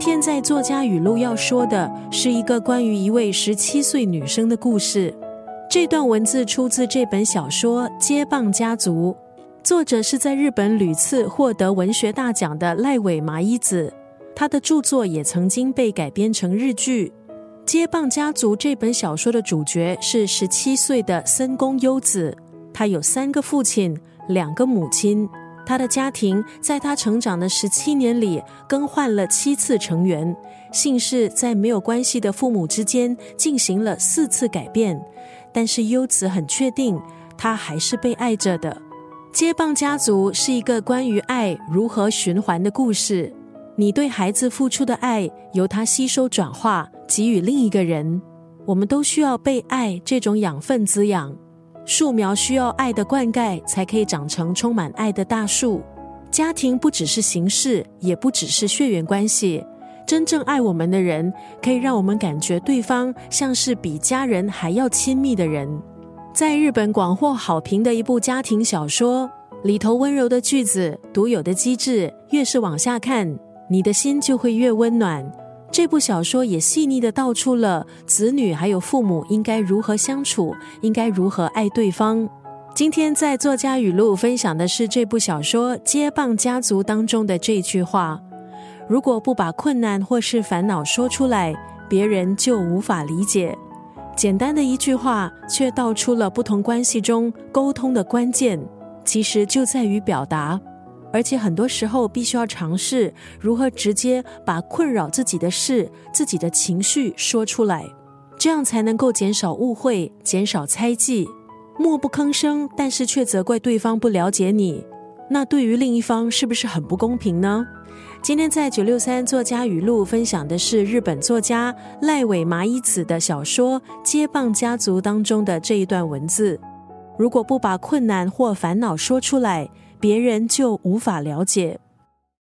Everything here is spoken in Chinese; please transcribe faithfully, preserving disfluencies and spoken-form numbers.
天在作家语录要说的是一个关于一位十七岁女生的故事。这段文字出自这本小说《接棒家族》，作者是在日本屡次获得文学大奖的濑尾麻衣子，他的著作也曾经被改编成日剧。接棒家族这本小说的主角是十七岁的森宫优子，他有三个父亲，两个母亲，他的家庭在他成长的十七年里更换了七次成员，姓氏在没有关系的父母之间进行了四次改变，但是优子很确定他还是被爱着的。接棒家族是一个关于爱如何循环的故事，你对孩子付出的爱由他吸收转化给予另一个人，我们都需要被爱这种养分滋养，树苗需要爱的灌溉才可以长成充满爱的大树。家庭不只是形式，也不只是血缘关系，真正爱我们的人可以让我们感觉对方像是比家人还要亲密的人。在日本广获好评的一部家庭小说，里头温柔的句子，独有的机制，越是往下看，你的心就会越温暖。这部小说也细腻地道出了子女还有父母应该如何相处，应该如何爱对方。今天在作家语录分享的是这部小说《接棒家族》当中的这句话：如果不把困难或是烦恼说出来，别人就无法理解。简单的一句话，却道出了不同关系中沟通的关键，其实就在于表达。而且很多时候必须要尝试如何直接把困扰自己的事、自己的情绪说出来，这样才能够减少误会，减少猜忌。默不吭声，但是却责怪对方不了解你，那对于另一方是不是很不公平呢？今天在九六三作家语录分享的是日本作家濑尾麻衣子的小说《接棒家族》当中的这一段文字：如果不把困难或烦恼说出来，别人就无法了解。